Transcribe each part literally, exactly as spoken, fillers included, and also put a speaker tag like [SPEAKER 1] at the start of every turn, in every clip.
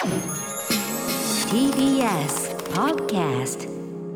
[SPEAKER 1] ティービーエス Podcast。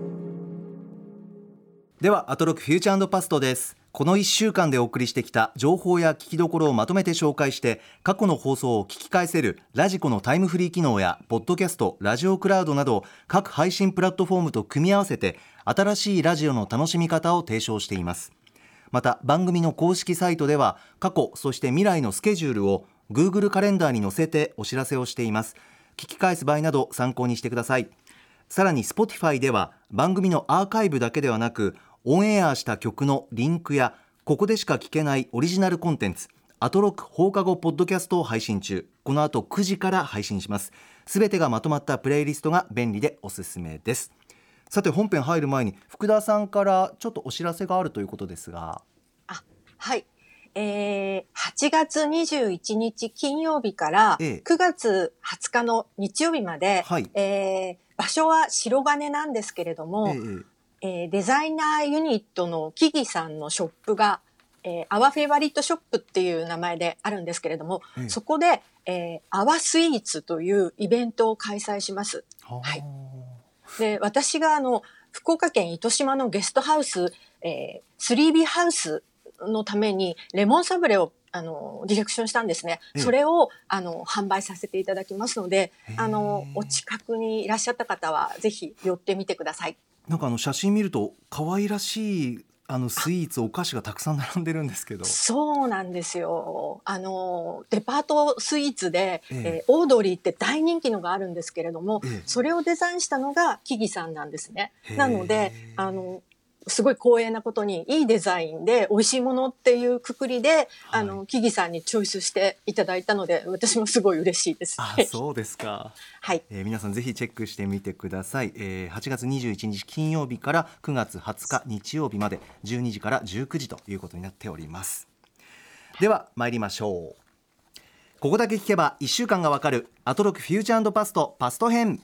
[SPEAKER 2] ではアトロクフューチャー&パストです。このいっしゅうかんでお送りしてきた情報や聞きどころをまとめて紹介して、過去の放送を聞き返せるラジコのタイムフリー機能やポッドキャスト、ラジオクラウドなど各配信プラットフォームと組み合わせて新しいラジオの楽しみ方を提唱しています。また番組の公式サイトでは過去そして未来のスケジュールを Google カレンダーに載せてお知らせをしています。聞き返す場合など参考にしてください。さらに Spotify では番組のアーカイブだけではなく、オンエアした曲のリンクやここでしか聞けないオリジナルコンテンツ、アトロク放課後ポッドキャストを配信中。この後くじから配信します。すべてがまとまったプレイリストが便利でおすすめです。さて本編入る前に福田さんからちょっとお知らせがあるということですが。
[SPEAKER 3] あ、はい、えー、はちがつにじゅういちにち金曜日からくがつはつかの日曜日まで、
[SPEAKER 2] はい、
[SPEAKER 3] えー、場所は白金なんですけれども、えーえー、デザイナーユニットのキギさんのショップが、えー、アワフェイバリットショップっていう名前であるんですけれども、えー、そこで、えー、アワスイーツというイベントを開催します。はい、で私があの福岡県糸島のゲストハウス、えー、スリービーハウスのためにレモンサブレをあのディレクションしたんですね。それをあの販売させていただきますので、あのお近くにいらっしゃった方はぜひ寄ってみてください。
[SPEAKER 2] なんかあの写真見ると可愛らしいあのスイーツ、お菓子がたくさん並んでるんですけど。
[SPEAKER 3] そうなんですよ。あのデパートスイーツで、えええー、オードリーって大人気のがあるんですけれども、ええ、それをデザインしたのがキギさんなんですね。なのであのすごい光栄なことにいいデザインで美味しいものっていうくくりで、はい、あのキギさんにチョイスしていただいたので私もすごい嬉しいです。
[SPEAKER 2] あ、そうですか。
[SPEAKER 3] はい、
[SPEAKER 2] えー、皆さんぜひチェックしてみてください。えー、はちがつにじゅういちにち金曜日からくがつはつか日曜日までじゅうにじからじゅうくじということになっております。では参りましょう。ここだけ聞けばいっしゅうかんがわかるアトロクフューチャー&パストパスト編。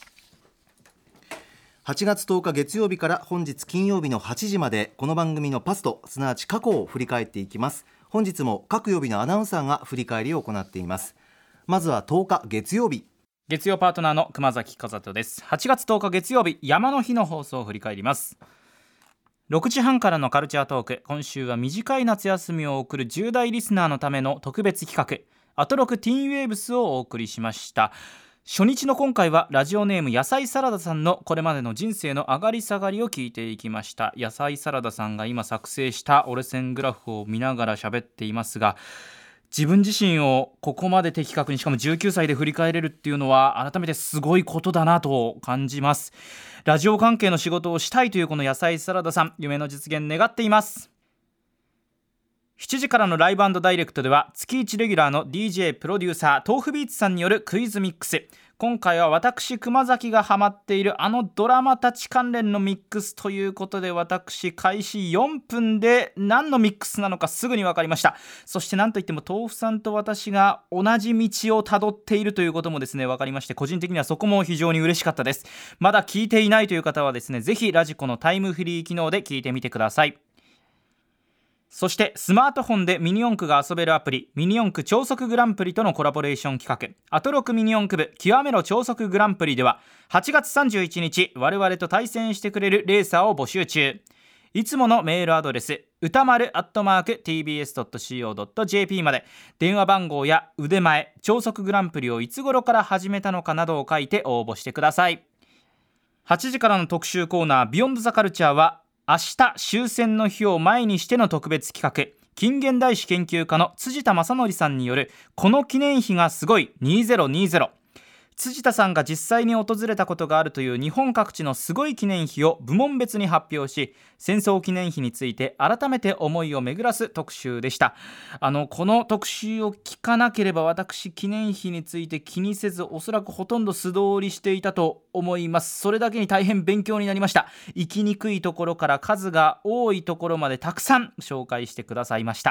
[SPEAKER 2] はちがつとおか月曜日から本日金曜日のはちじまで、この番組のパスト、すなわち過去を振り返っていきます。本日も各曜日のアナウンサーが振り返りを行っています。まずはとおか月曜日、
[SPEAKER 4] 月曜パートナーの熊崎和人です。はちがつとおか月曜日、山の日の放送を振り返ります。ろくじはんからのカルチャートーク、今週は短い夏休みを送るじゅう代リスナーのための特別企画、アトロクティーンウェーブスをお送りしました。初日の今回はラジオネーム野菜サラダさんのこれまでの人生の上がり下がりを聞いていきました。野菜サラダさんが今作成した折れ線グラフを見ながら喋っていますが、自分自身をここまで的確に、しかもじゅうきゅうさいで振り返れるっていうのは改めてすごいことだなと感じます。ラジオ関係の仕事をしたいというこの野菜サラダさん、夢の実現願っています。しちじからのライブ&ダイレクトでは月いちレギュラーの ディージェー プロデューサー豆腐ビーツさんによるクイズミックス。今回は私熊崎がハマっているあのドラマたち関連のミックスということで、私開始よんぷんで何のミックスなのかすぐに分かりました。そして何といっても豆腐さんと私が同じ道をたどっているということもですね分かりまして、個人的にはそこも非常に嬉しかったです。まだ聞いていないという方はですね、ぜひラジコのタイムフリー機能で聞いてみてください。そしてスマートフォンでミニ四駆が遊べるアプリ、ミニ四駆超速グランプリとのコラボレーション企画、アトロクミニ四駆部極めろ超速グランプリでははちがつさんじゅういちにち我々と対戦してくれるレーサーを募集中。いつものメールアドレス歌丸アットマーク ティービーエスドットシーオードットジェーピー まで、電話番号や腕前、超速グランプリをいつ頃から始めたのかなどを書いて応募してください。はちじからの特集コーナービヨンドザカルチャーは明日終戦の日を前にしての特別企画、近現代史研究家の辻田正則さんによるこの記念碑がすごいにせんにじゅう。辻田さんが実際に訪れたことがあるという日本各地のすごい記念碑を部門別に発表し、戦争記念碑について改めて思いを巡らす特集でした。あのこの特集を聞かなければ私記念碑について気にせず、おそらくほとんど素通りしていたと思います。それだけに大変勉強になりました。行きにくいところから数が多いところまでたくさん紹介してくださいました。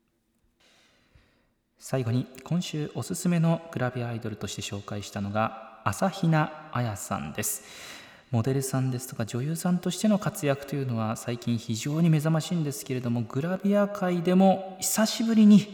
[SPEAKER 4] 最後に今週おすすめのグラビアアイドルとして紹介したのが朝比奈彩さんです。モデルさんですとか女優さんとしての活躍というのは最近非常に目覚ましいんですけれども、グラビア界でも久しぶりに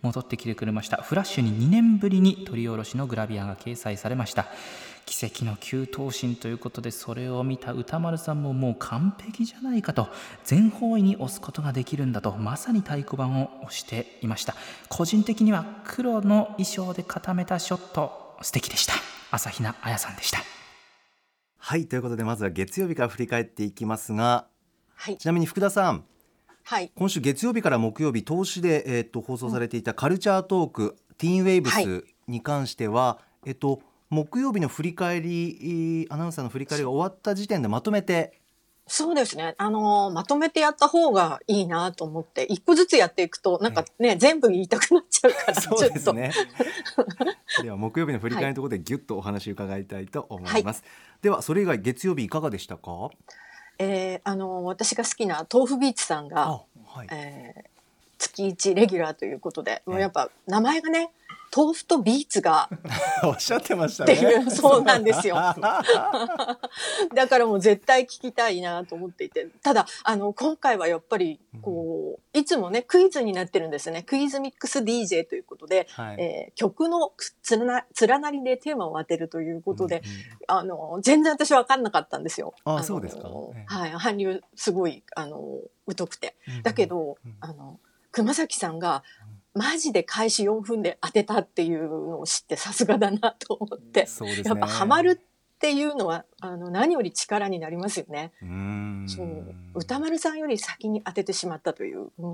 [SPEAKER 4] 戻ってきてくれました。フラッシュににねんぶりに撮り下ろしのグラビアが掲載されました。奇跡の急頭身ということで、それを見た歌丸さんももう完璧じゃないかと、全方位に押すことができるんだと、まさに太鼓判を押していました。個人的には黒の衣装で固めたショット、素敵でした。朝比奈彩さんでした。
[SPEAKER 2] はい、ということでまずは月曜日から振り返っていきますが、
[SPEAKER 3] はい、
[SPEAKER 2] ちなみに福田さん、
[SPEAKER 3] はい、
[SPEAKER 2] 今週月曜日から木曜日投資で、えー、と放送されていたカルチャートーク、うん、ティーンウェイブスに関しては、はい、えっと木曜日の振り返り、アナウンサーの振り返りが終わった時点でまとめて。
[SPEAKER 3] そうですね、あのー、まとめてやった方がいいなと思って、一個ずつやっていくとなんかね、全部言いたくなっちゃうから
[SPEAKER 2] そうですねでは木曜日の振り返りのところでギュッとお話伺いたいと思います、はい、ではそれ以外月曜日いかがでしたか？
[SPEAKER 3] えー、あのー、私が好きな豆腐ビーツさんが、はい、えー、月いちレギュラーということで、もうやっぱ名前がね、豆腐とビーツが
[SPEAKER 2] おっしゃってましたね。
[SPEAKER 3] っていう、そうなんですよだからもう絶対聞きたいなと思っていて、ただあの今回はやっぱりこういつもねクイズになってるんですね。クイズミックス ディージェー ということで、はい、えー、曲のつな連なりでテーマを当てるということで、うんうん、あの全然私分かんなかったんですよ。
[SPEAKER 2] ああ、そうですか。
[SPEAKER 3] はい、韓流すごいあの疎くて、だけど、うんうん、あの熊崎さんがマジで開始よんふんで当てたっていうのを知って、さすがだなと思って、そうですね、やっぱハマるっていうのはあの何より力になりますよね。うーん、そう歌丸さんより先に当ててしまったという、うん、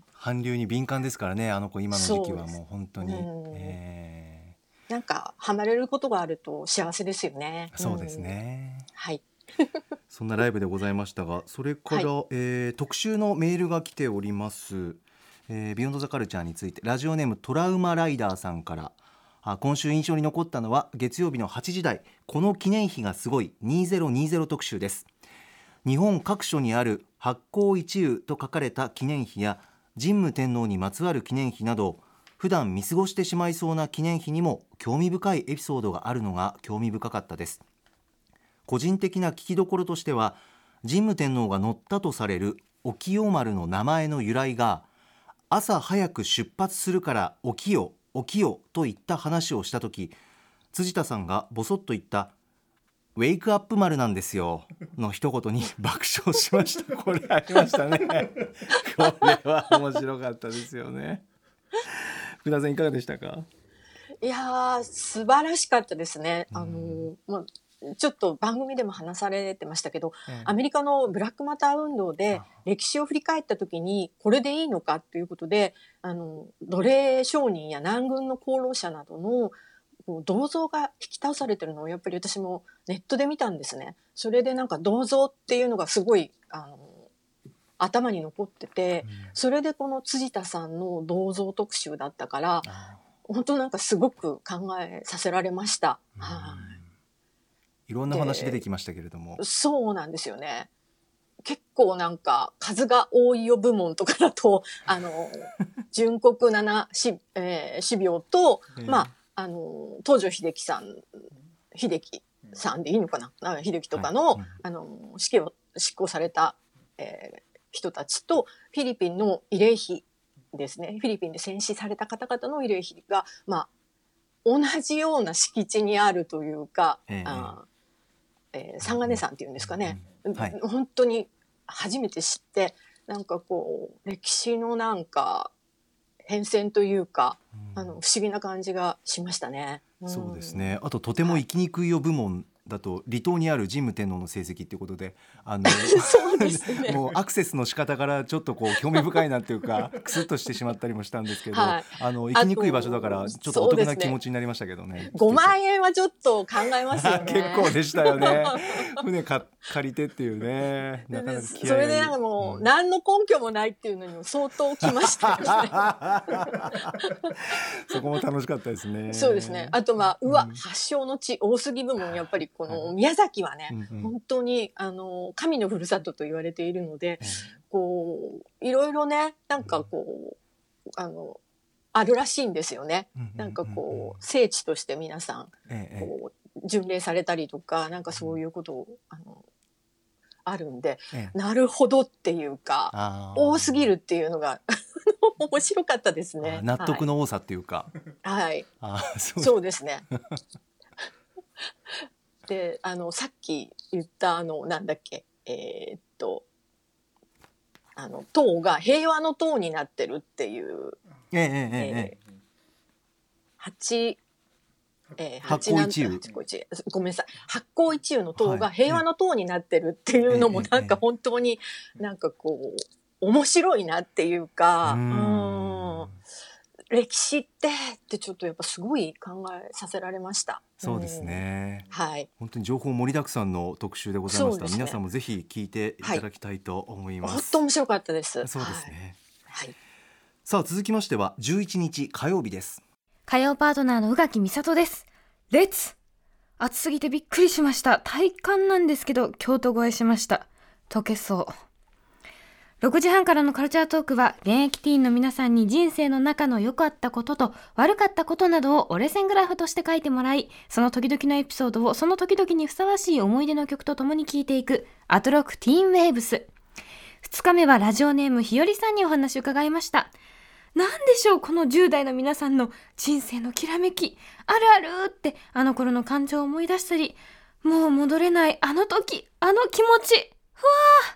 [SPEAKER 2] 韓流に敏感ですからね、あの子今の時期はもう本当に、え
[SPEAKER 3] ー、なんかハマれることがあると幸せですよね。
[SPEAKER 2] そうですね、
[SPEAKER 3] うん、はい
[SPEAKER 2] そんなライブでございましたが、それから、はい、えー、特集のメールが来ております。えー、ビヨンドザカルチャーについてラジオネームトラウマライダーさんから、あ、今週印象に残ったのは月曜日のはちじ台、この記念碑がすごいにせんにじゅう特集です。日本各所にある八甲一憂と書かれた記念碑や神武天皇にまつわる記念碑など、普段見過ごしてしまいそうな記念碑にも興味深いエピソードがあるのが興味深かったです。個人的な聞きどころとしては、神武天皇が乗ったとされる沖代丸の名前の由来が、朝早く出発するから起きよ起きよといった話をしたとき、辻田さんがボソッと言ったウェイクアップ丸なんですよの一言に爆笑しました。これありましたねこれは面白かったですよね。福田さんいかがでしたか？
[SPEAKER 3] いやー、素晴らしかったですね。あの、まあちょっと番組でも話されてましたけど、ええ、アメリカのブラックマター運動で歴史を振り返った時にこれでいいのかということで、あの奴隷商人や南軍の功労者などのこう銅像が引き倒されてるのをやっぱり私もネットで見たんですね。それでなんか銅像っていうのがすごいあの頭に残ってて、うん、それでこの辻田さんの銅像特集だったから、本当なんかすごく考えさせられました。うん、はい、
[SPEAKER 2] いろんな話出てきましたけれども。
[SPEAKER 3] そうなんですよね。結構なんか数が多いよ部門とかだとあの純国七死、えー、死病と、えー、まああの東條英機さん英機さんでいいのかな、英機とかの、はい、あの死刑を執行された、えー、人たちとフィリピンの慰霊碑ですね。フィリピンで戦死された方々の慰霊碑がまあ同じような敷地にあるというか、えーあえー、三金山っていうんですかね、うんはい、本当に初めて知って、なんかこう歴史のなんか変遷というか、うん、あの不思議な感じがしましたね。
[SPEAKER 2] うん、そうですね。あととても生きにくいよ部門だと離島にある神武天皇の成績っていうことで、あの
[SPEAKER 3] そうですね、
[SPEAKER 2] もうアクセスの仕方からちょっとこう興味深いなっていうかクスッとしてしまったりもしたんですけど、はい、あの生きにくい場所だからちょっとお得な気持ちになりましたけどね。
[SPEAKER 3] ごまんえんはちょっと考えますよね
[SPEAKER 2] 結構でしたよね船か借りてっていうね、なかなか気合い
[SPEAKER 3] それでなんかもう、うん、何の根拠もないっていうのにも相当きましたよね
[SPEAKER 2] そこも楽しかったですね。
[SPEAKER 3] そうですね。あとまあ、うわ、うん、発祥の地大杉部門、やっぱりこの宮崎はね、はい、本当にあの神のふるさとと言われているので、うん、こういろいろね、なんかこうあのあるらしいんですよね。なんかこう聖地として皆さん、ええ、こう巡礼されたりとか、なんかそういうことをあのあるんで、ええ、なるほどっていうか多すぎるっていうのが面白かったですね。
[SPEAKER 2] 納得の多さっていうか、
[SPEAKER 3] はい、
[SPEAKER 2] あそう、
[SPEAKER 3] そうですね。で、あのさっき言ったあのなんだっけ、えー、っとあの塔が平和の塔になってるっていう、
[SPEAKER 2] ええええええ、
[SPEAKER 3] 八えー、
[SPEAKER 2] 八甲一遊、
[SPEAKER 3] ごめんなさい、八甲一遊の塔が平和の塔になってるっていうのもなんか本当になんかこう面白いなっていうか、うん歴史ってってちょっとやっぱすごい考えさせられました。
[SPEAKER 2] そうですね、
[SPEAKER 3] はい、
[SPEAKER 2] 本当に情報盛りだくさんの特集でございました、ね、皆さんもぜひ聞いていただきたいと思います、
[SPEAKER 3] はい、本当面白かったです。
[SPEAKER 2] そうですね、
[SPEAKER 3] はいはい、
[SPEAKER 2] さあ続きましてはじゅういちにち火曜日です。
[SPEAKER 5] 火曜パートナーの宇垣美里です。レッツ暑すぎてびっくりしました。体感なんですけど京都越えしました。溶けそう。ろくじはんからのカルチャートークは現役ティーンの皆さんに人生の中の良かったことと悪かったことなどを折れ線グラフとして書いてもらい、その時々のエピソードをその時々にふさわしい思い出の曲とともに聴いていくアトロクティーンウェーブス。ふつかめはラジオネームひよりさんにお話を伺いました。なんでしょうこのじゅう代の皆さんの人生のきらめき、あるあるってあの頃の感情を思い出したり、もう戻れないあの時あの気持ち、ふわ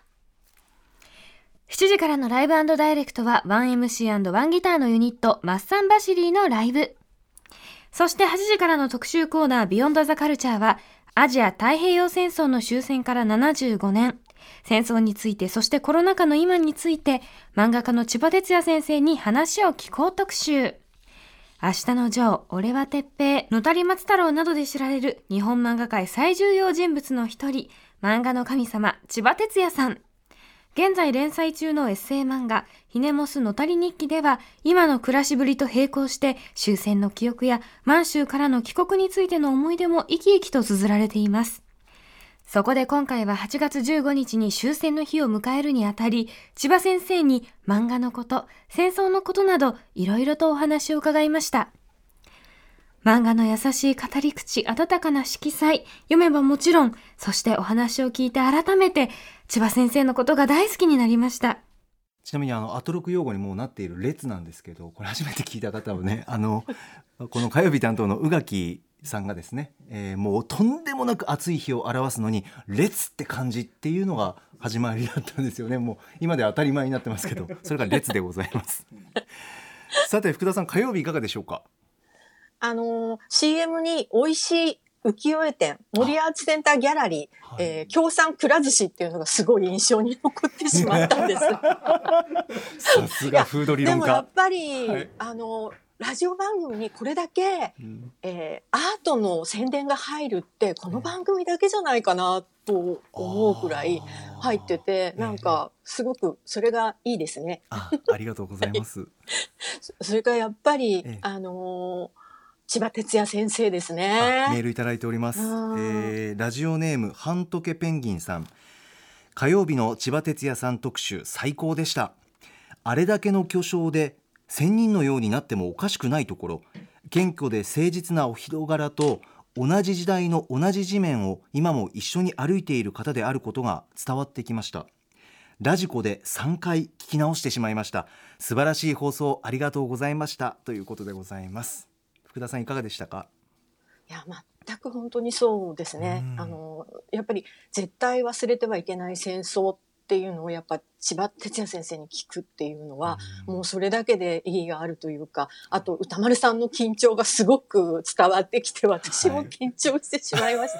[SPEAKER 5] ー。しちじからのライブ&ダイレクトは ワンエムシー&ワン ギターのユニットマッサンバシリーのライブ。そしてはちじからの特集コーナービヨンドザカルチャーはアジア太平洋戦争の終戦からななじゅうごねん、戦争について、そしてコロナ禍の今について漫画家の千葉哲也先生に話を聞こう特集。明日のジョー、俺は鉄平、野谷松太郎などで知られる日本漫画界最重要人物の一人、漫画の神様千葉哲也さん。現在連載中のエッセイ漫画ひねもす野谷日記では今の暮らしぶりと並行して終戦の記憶や満州からの帰国についての思い出も生き生きと綴られています。そこで今回ははちがつじゅうごにちに終戦の日を迎えるにあたり、千葉先生に漫画のこと、戦争のことなどいろいろとお話を伺いました。漫画の優しい語り口、温かな色彩、読めばもちろん、そしてお話を聞いて改めて千葉先生のことが大好きになりました。
[SPEAKER 2] ちなみにあのアトロク用語にもうなっている列なんですけど、これ初めて聞いた方はね、あのこの火曜日担当の宇垣さんがですね、えー、もうとんでもなく暑い日を表すのに列って漢字っていうのが始まりだったんですよね。もう今では当たり前になってますけど、それが列でございますさて福田さん、火曜日いかがでしょうか。
[SPEAKER 3] あの シーエム に美味しい浮世絵展、森アーツセンターギャラリー、はい、えー、京産くら寿司っていうのがすごい印象に残ってしまったんです
[SPEAKER 2] さすがフード理論家。
[SPEAKER 3] でもやっぱり、はい、あのラジオ番組にこれだけ、うん、えー、アートの宣伝が入るってこの番組だけじゃないかなと思うくらい入ってて、なんかすごくそれがいいですね。
[SPEAKER 2] あ, ありがとうございます
[SPEAKER 3] それからやっぱり、ええ、あのー千葉哲也先生ですね。
[SPEAKER 2] メールいただいております、えー、ラジオネームハントケペンギンさん。火曜日の千葉哲也さん特集最高でした。あれだけの巨匠で仙人のようになってもおかしくないところ、謙虚で誠実なお人柄と同じ時代の同じ地面を今も一緒に歩いている方であることが伝わってきました。ラジコでさんかい聞き直してしまいました。素晴らしい放送ありがとうございましたということでございます。福田さんいかがでしたか。
[SPEAKER 3] いや全く本当にそうですね。あのやっぱり絶対忘れてはいけない戦争っていうのをやっぱ千葉哲也先生に聞くっていうのはもうそれだけで意義があるというか、あと歌丸さんの緊張がすごく伝わってきて私も緊張してしまいました、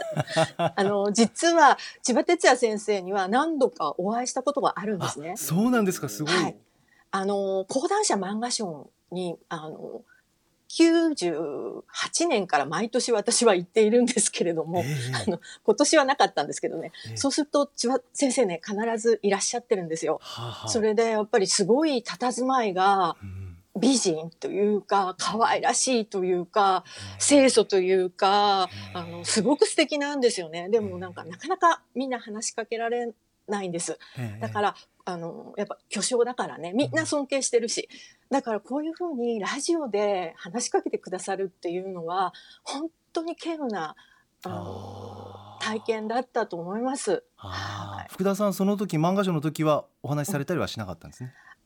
[SPEAKER 3] はい、あの実は千葉哲也先生には何度かお会いしたことがあるんですね。
[SPEAKER 2] そうなんですか。すごい、はい、
[SPEAKER 3] あの講談社漫画賞にあのきゅうじゅうはちねんから毎年私は行っているんですけれども、えー、あの今年はなかったんですけどね、えー、そうすると千葉先生ね必ずいらっしゃってるんですよ、はあはあ、それでやっぱりすごい佇まいが美人というか可愛らしいというか清楚というか、あのすごく素敵なんですよね。でもなんかなかなかみんな話しかけられないんです。だからあのやっぱ巨匠だからね、みんな尊敬してるし、だからこういうふうにラジオで話しかけてくださるっていうのは本当に稀有なあの体験だったと思います。
[SPEAKER 2] はい、福田さんその時漫画賞の時はお話しされたりはしなかったんですね。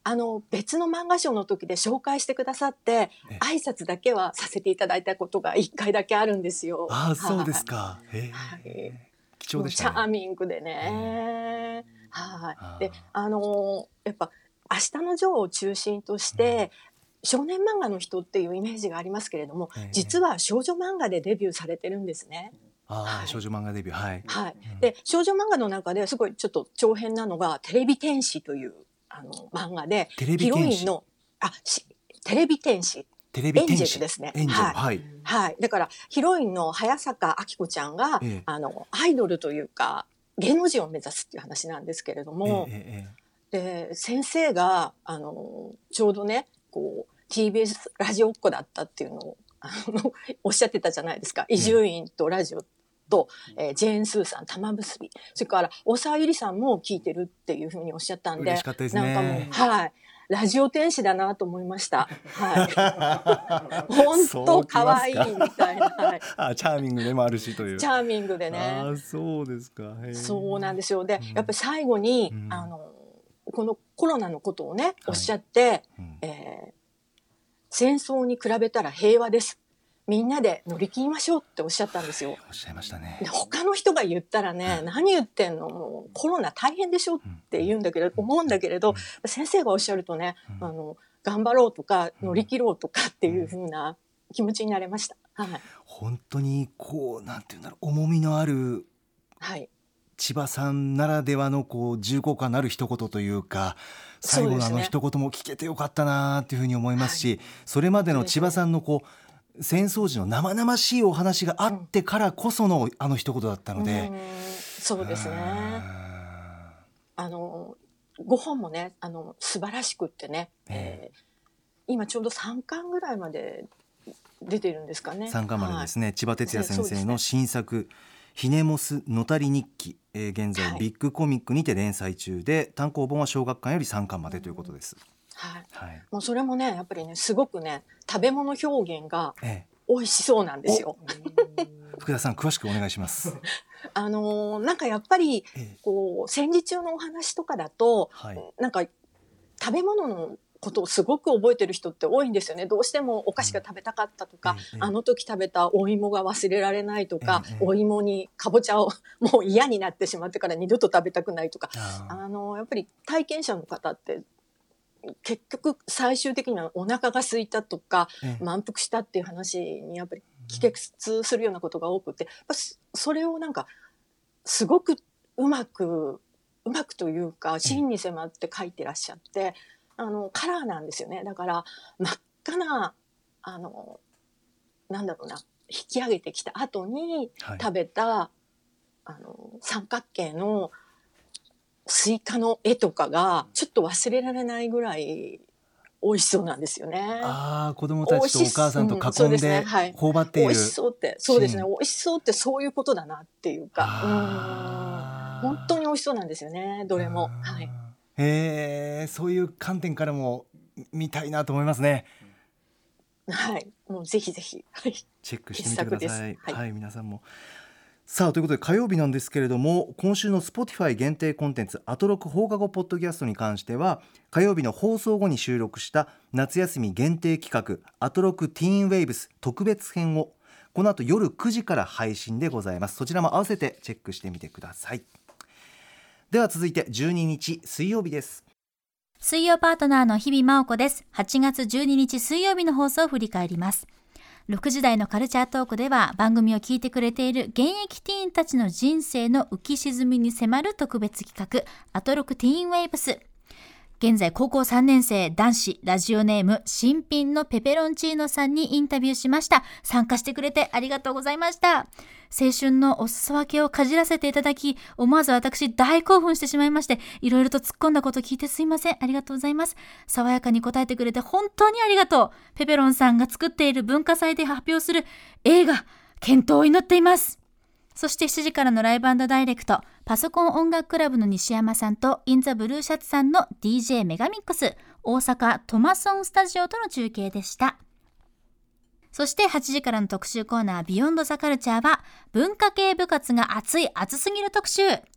[SPEAKER 3] あの別の漫画賞の時で紹介してくださって挨拶だけはさせていただいたことがいっかいだけあるんですよ。
[SPEAKER 2] ああ、そうですか。へ
[SPEAKER 3] はい、
[SPEAKER 2] 貴重でしたね。
[SPEAKER 3] チャーミングでね。はい。で、あのやっぱ明日のジョーを中心として、うん、少年漫画の人っていうイメージがありますけれども、実は少女漫画でデビューされてるんですね。
[SPEAKER 2] あ、はい、少女漫画デビュー、はい、
[SPEAKER 3] はい、で少女漫画の中ですごいちょっと長編なのがテレビ天使というあの漫画で、ヒロインのあしテレビ天使
[SPEAKER 2] テレビ天使
[SPEAKER 3] エンジェルですね。
[SPEAKER 2] エンジェル、はい、
[SPEAKER 3] はい、だからヒロインの早坂明子ちゃんが、ええ、あのアイドルというか芸能人を目指すっていう話なんですけれども、ええ、で先生があのちょうどねこう ティービーエス ラジオっ子だったっていうのをあのおっしゃってたじゃないですか。伊集院とラジオと、えー、ジェーン・スーさん玉結び、それから大沢ゆりさんも聞いてるっていうふうにおっしゃったんで、
[SPEAKER 2] 嬉しかったですね。
[SPEAKER 3] なんかもう、はい、ラジオ天使だなと思いました。はい、本当可愛いみたいな、はい、
[SPEAKER 2] あ、チャーミングでもあるしという。
[SPEAKER 3] チャーミングでね。
[SPEAKER 2] あ、そうですか。
[SPEAKER 3] そうなんですよ。で、うん、やっぱり最後に、うん、あのこのコロナのことをね、はい、おっしゃって、うん、えー、戦争に比べたら平和です。みんなで乗り切りましょうっておっしゃったんですよ。
[SPEAKER 2] おっしゃいましたね。
[SPEAKER 3] で他の人が言ったらね、うん、何言ってんの、もうコロナ大変でしょって言うんだけれど、うん、思うんだけれど、うん、先生がおっしゃるとね、うん、あの頑張ろうとか乗り切ろうとかっていう風な気持ちになれました。はい、
[SPEAKER 2] 本当にこうなんていうんだろう、重みのある、はい、千葉さんならではのこう重厚感のある一言というか、最後のあの一言も聞けてよかったなっていうふうに思いますし、はい、それまでの千葉さんのこう戦争時の生々しいお話があってからこそのあの一言だったので、
[SPEAKER 3] うん、そうですね。あのごほんもね、あの素晴らしくってね、えー、今ちょうどさんかんぐらいまで出てるんですかね。
[SPEAKER 2] さんかんまでですね、はい、千葉哲也先生の新作ひねもすのたり日記、えー、現在ビッグコミックにて連載中で、はい、単行本は小学館よりさんかんまでということです。
[SPEAKER 3] はいはい、もうそれもねやっぱりねすごくね食べ物表現が美味しそうなんですよ。
[SPEAKER 2] ええ、福田さん詳しくお願いします。
[SPEAKER 3] あのー、なんかやっぱりこう戦時中のお話とかだと、はい、なんか食べ物のことをすごく覚えてる人って多いんですよね。どうしてもお菓子が食べたかったとか、うん、あの時食べたお芋が忘れられないとか、うん、お芋にかぼちゃをもう嫌になってしまってから二度と食べたくないとか、あのー、やっぱり体験者の方って結局最終的にはお腹が空いたとか、うん、満腹したっていう話にやっぱり帰結するようなことが多くて、やっぱそれをなんかすごくうまくうまくというか真に迫って書いてらっしゃって、あのカラーなんですよね。だから真っ赤なあのなんだろうな引き上げてきた後に食べた、はい、あの三角形のスイカの絵とかがちょっと忘れられないぐらい美味しそうなんですよね。
[SPEAKER 2] ああ、子供たちとお母さんと囲んで頬張っている、
[SPEAKER 3] 美味しそうって、そうですね、美味しそうってそういうことだなっていうか、うん、本当に美味しそうなんですよね、どれも。はい、
[SPEAKER 2] へえ、そういう観点からも見たいなと思いますね。
[SPEAKER 3] はい、もうぜひぜひ、はい、
[SPEAKER 2] チェックしてみてください。はい、はい、皆さんも。さあということで火曜日なんですけれども、今週の Spotify 限定コンテンツアトロク放課後ポッドキャストに関しては、火曜日の放送後に収録した夏休み限定企画アトロクティーンウェイブス特別編をこの後夜くじから配信でございます。そちらも合わせてチェックしてみてください。では続いてじゅうににち水曜日です。
[SPEAKER 6] 水曜パートナーの日々真央子です。はちがつじゅうににち水曜日の放送を振り返ります。ろくじ台のカルチャートークでは、番組を聞いてくれている現役ティーンたちの人生の浮き沈みに迫る特別企画アトロクティーンウェイブス。現在高校さんねん生男子、ラジオネーム新品のペペロンチーノさんにインタビューしました。参加してくれてありがとうございました。青春のお裾分けをかじらせていただき、思わず私大興奮してしまいまして、いろいろと突っ込んだこと聞いてすいません。ありがとうございます。爽やかに答えてくれて本当にありがとう。ペペロンさんが作っている文化祭で発表する映画、健闘を祈っています。そしてしちじからのライブ&ダイレクト、パソコン音楽クラブの西山さんとインザブルーシャツさんの ディージェー メガミックス、大阪トマソンスタジオとの中継でした。そしてはちじからの特集コーナービヨンドザカルチャーは、文化系部活が熱い熱すぎる特集。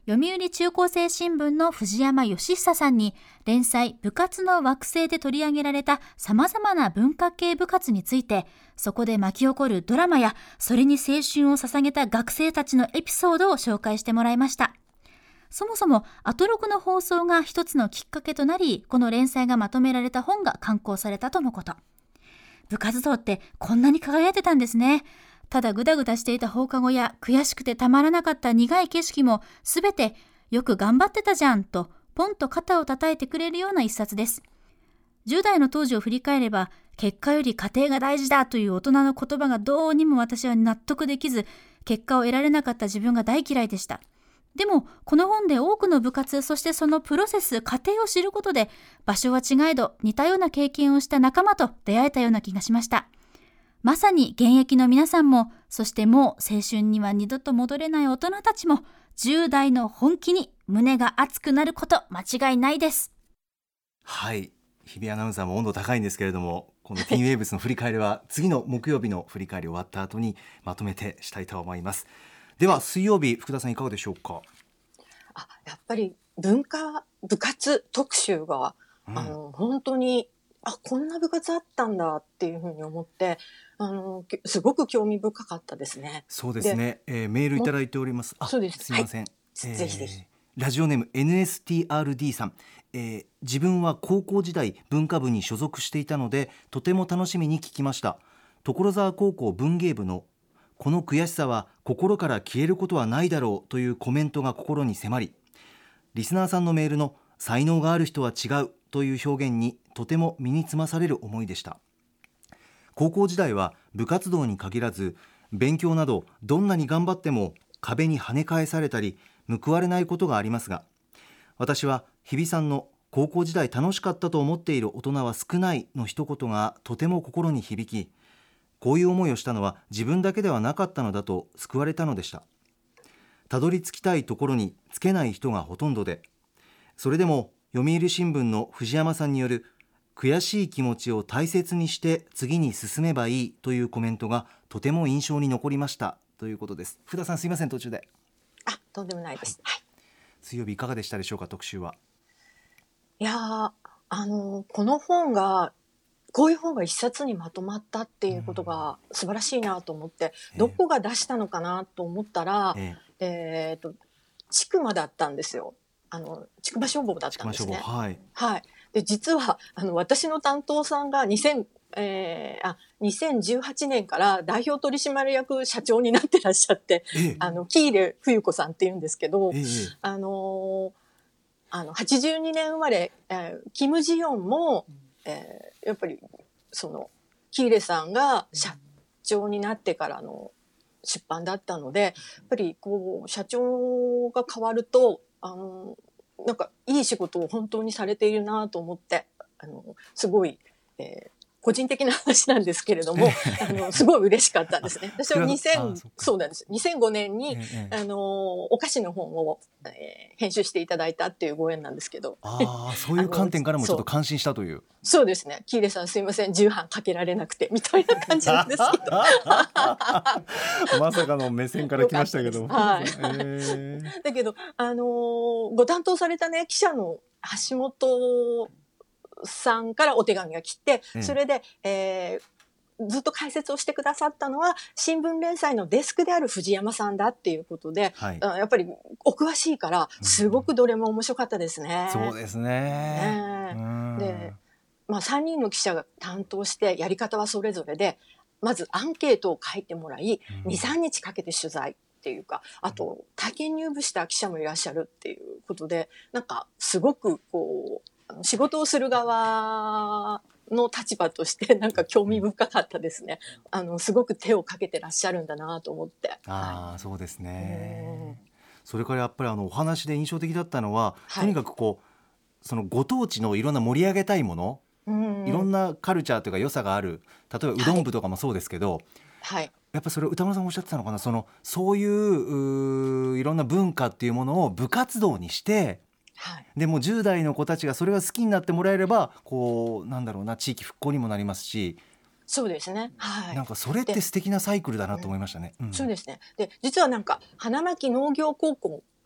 [SPEAKER 6] 読売中高生新聞の藤山義久さんに連載部活の惑星で取り上げられた様々な文化系部活について、そこで巻き起こるドラマやそれに青春を捧げた学生たちのエピソードを紹介してもらいました。そもそもアトロクの放送が一つのきっかけとなり、この連載がまとめられた本が刊行されたとのこと。部活動ってこんなに輝いてたんですね。ただぐだぐだしていた放課後や悔しくてたまらなかった苦い景色もすべてよく頑張ってたじゃんとポンと肩を叩いてくれるような一冊です。じゅう代の当時を振り返れば、結果より家庭が大事だという大人の言葉がどうにも私は納得できず、結果を得られなかった自分が大嫌いでした。でもこの本で多くの部活、そしてそのプロセス、過程を知ることで、場所は違えど似たような経験をした仲間と出会えたような気がしました。まさに現役の皆さんも、そしてもう青春には二度と戻れない大人たちも、じゅう代の本気に胸が熱くなること間違いないです。
[SPEAKER 2] はい、日比アナウンサーも温度高いんですけれども、このティーンウェーブスの振り返りは次の木曜日の振り返り終わった後にまとめてしたいと思います。では水曜日、福田さんいかがでしょうか。
[SPEAKER 3] あ、やっぱり文化部活特集が、うん、あの本当にあこんな部活あったんだっていうふうに思って、あのすごく興味深かったですね。
[SPEAKER 2] そうですね、えー、メールいただいております。あ、
[SPEAKER 3] そうです、
[SPEAKER 2] すみません、
[SPEAKER 3] はい、えー、ぜひぜひ。
[SPEAKER 2] ラジオネーム エヌエスティーアールディー さん、えー、自分は高校時代文化部に所属していたのでとても楽しみに聞きました。所沢高校文芸部のこの悔しさは心から消えることはないだろうというコメントが心に迫り、リスナーさんのメールの才能がある人は違うという表現にとても身につまされる思いでした。高校時代は部活動に限らず、勉強などどんなに頑張っても壁に跳ね返されたり報われないことがありますが、私は日比さんの高校時代楽しかったと思っている大人は少ないの一言がとても心に響き、こういう思いをしたのは自分だけではなかったのだと救われたのでした。たどり着きたいところにつけない人がほとんどで、それでも読売新聞の藤山さんによる悔しい気持ちを大切にして次に進めばいいというコメントがとても印象に残りましたということです。福田さん、すいません途中で。
[SPEAKER 3] あ、とんでもないです、はい、
[SPEAKER 2] 水曜日いかがでしたでしょうか、特集は。
[SPEAKER 3] いやー、あのこの本がこういう本が一冊にまとまったっていうことが素晴らしいなと思って、うん、どこが出したのかなと思ったら、えーえー、と千曲だったんですよ。あの千曲消防だったんですね。
[SPEAKER 2] はい
[SPEAKER 3] はい、で実はあの私の担当さんがにせん、えー、あにせんじゅうはちねんから代表取締役社長になってらっしゃって、えー、あの喜入冬子さんっていうんですけど、えー、あのあのはちじゅうにねん生まれ、えー、キム・ジヨンも、えー、やっぱりその喜入さんが社長になってからの出版だったので、やっぱりこう社長が変わるとあのなんかいい仕事を本当にされているなと思って、あのすごい、えー、個人的な話なんですけれどもあのすごい嬉しかったんですね。私はにせんそうなんですにせんごねんに、ええ、あのお菓子の本を、えー、編集していただいたっていうご縁なんですけど、
[SPEAKER 2] あそういう観点からもちょっと感心したという。
[SPEAKER 3] そうですね、喜入さんすいませんじゅうはんかけられなくてみたいな感じなんですけど
[SPEAKER 2] まさかの目線から来ましたけど、
[SPEAKER 3] はいえー、だけど、あのー、ご担当されたね記者の橋本さんからお手紙が来て、それで、えー、ずっと解説をしてくださったのは新聞連載のデスクである藤山さんだっていうことで、はい、やっぱりお詳しいからすごくどれも面白かったですね、
[SPEAKER 2] うん、そうですね、
[SPEAKER 3] えー、で、まあ、さんにんの記者が担当してやり方はそれぞれで、まずアンケートを書いてもらい、うん、にさんにちかけて取材っていうか、あと体験入部した記者もいらっしゃるっていうことで、なんかすごくこう仕事をする側の立場としてなんか興味深かったですね。あのすごく手をかけてらっしゃるんだなと思って。
[SPEAKER 2] あ、はい、そうですね。それからやっぱりあのお話で印象的だったのは、はい、とにかくこうそのご当地のいろんな盛り上げたいもの、うんうん、いろんなカルチャーというか良さがある、例えばうどん部とかもそうですけど、
[SPEAKER 3] はい、
[SPEAKER 2] やっぱそれ歌丸さんおっしゃってたのかな、そのそういう、ういろんな文化っていうものを部活動にして、はい、でもじゅう代の子たちがそれが好きになってもらえれば、こうなんだろうな、地域復興にもなりますし。
[SPEAKER 3] そうですね、はい、
[SPEAKER 2] なんかそれって素敵なサイクルだなと思いましたね。
[SPEAKER 3] うん、そうですね。で実はなんか花巻農業高校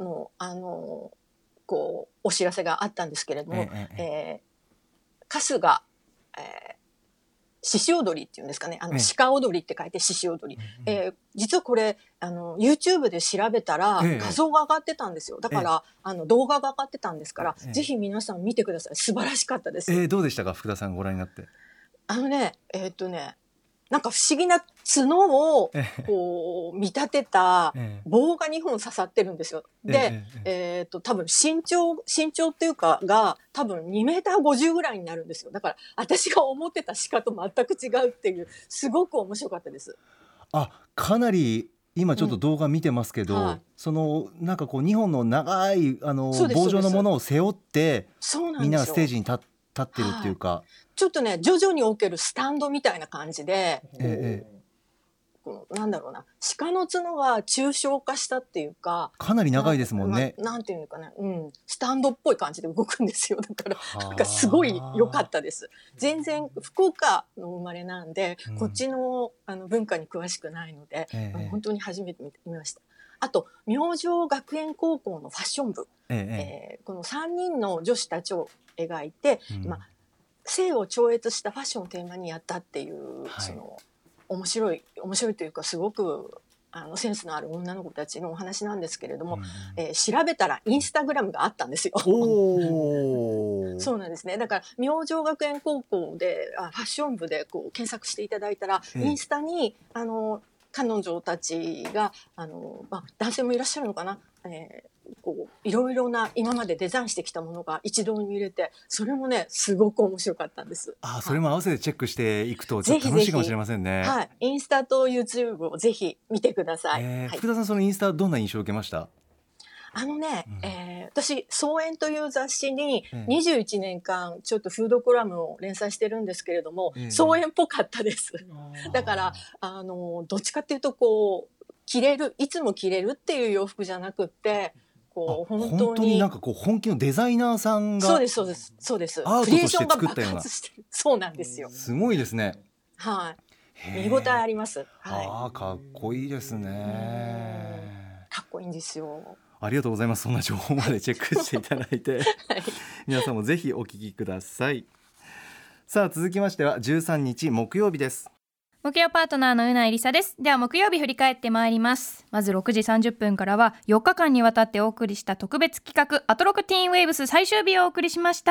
[SPEAKER 3] の、あの、こう、お知らせがあったんですけれども、
[SPEAKER 2] ええ
[SPEAKER 3] えー、春日、えー、獅子踊りっていうんですかね。あの、
[SPEAKER 2] ええ
[SPEAKER 3] 鹿踊りって書いて獅子踊り。えー、実はこれ、あの、YouTube で調べたら
[SPEAKER 2] ええ
[SPEAKER 3] 画像が上がってたんですよ。だから、あの、動画が上がってたんですから、
[SPEAKER 2] ええ
[SPEAKER 3] ぜひ皆さん見てください。素晴らしかったです。
[SPEAKER 2] えー、どうでしたか、福田さんご覧になって。
[SPEAKER 3] あのね、えーっとね、なんか不思議な角を
[SPEAKER 2] ええ
[SPEAKER 3] こう見立てた
[SPEAKER 2] ええ
[SPEAKER 3] 棒がにほん刺さってるんですよ。で、
[SPEAKER 2] ええ
[SPEAKER 3] えーっと多分身長、身長っていうかが多分にメーターごじゅうぐらいになるんですよ。だから私が思ってた鹿と全く違うっていう、すごく面白かったです。
[SPEAKER 2] あ、かなり今ちょっと動画見てますけど、
[SPEAKER 3] うんはい、
[SPEAKER 2] そのなんかこうにほんの長いあの
[SPEAKER 3] そうです
[SPEAKER 2] 棒状のものを背負って
[SPEAKER 3] そうなんですよ。
[SPEAKER 2] みんながステージに立立ってるっていうか、
[SPEAKER 3] はい、ちょっとね徐々におけるスタンドみたいな感じで、
[SPEAKER 2] ええ
[SPEAKER 3] このなんだろうな、鹿の角が抽象化したっていうか、
[SPEAKER 2] かなり長いですもんね。
[SPEAKER 3] な, なんていうのかな、うん、スタンドっぽい感じで動くんですよ。だからなんかすごい良かったです。全然福岡の生まれなんで、うん、こっち の, あの文化に詳しくないので、ええ、本当に初めて見ました。あと明星学園高校のファッション部、えええー、このさんにんの女子たちを描いて、うんまあ、性を超越したファッションをテーマにやったっていう、はい、その面白い面白いというかすごくあのセンスのある女の子たちのお話なんですけれども、うんえー、調べたらインスタグラムがあったんですよ。おそうなんですね。だから明星学園高校であファッション部でこう検索していただいたら、インスタにあの彼女たちがあの、まあ、男性もいらっしゃるのかな、えーこういろいろな今までデザインしてきたものが一堂に入れて、それもねすごく面白かったんです。
[SPEAKER 2] ああ、それも合わせてチェックしていくとちょっと楽しいかもしれませんね。
[SPEAKER 3] はい、インスタと YouTube をぜひ見てください。
[SPEAKER 2] えー
[SPEAKER 3] はい、
[SPEAKER 2] 福田さん、そのインスタどんな印象を受けました？
[SPEAKER 3] あのね、うんえー、私創園という雑誌ににじゅういちねんかんちょっとフードコラムを連載してるんですけれども、うん、創園っぽかったです。だからあのどっちかっていうとこう着れるいつも着れるっていう洋服じゃなくって、こう本当 に,
[SPEAKER 2] 本当になんかこう本気のデザイナーさんが
[SPEAKER 3] そうですそうですそうです
[SPEAKER 2] アートとして作ったような、
[SPEAKER 3] そうなんですよ。
[SPEAKER 2] すごいですね。
[SPEAKER 3] はい、見応えあります。はい、
[SPEAKER 2] ああ、かっこいいですね。
[SPEAKER 3] かっこいいんですよ。
[SPEAKER 2] ありがとうございます。そんな情報までチェックしていただいて、はい、皆さんもぜひお聞きください。さあ続きましてはじゅうさんにち木曜日です。
[SPEAKER 5] 木曜パートナーのうないりさです。では木曜日振り返ってまいります。まずろくじさんじゅっぷんからはよっかかんにわたってお送りした特別企画アトロクティーンウェーブス最終日をお送りしました。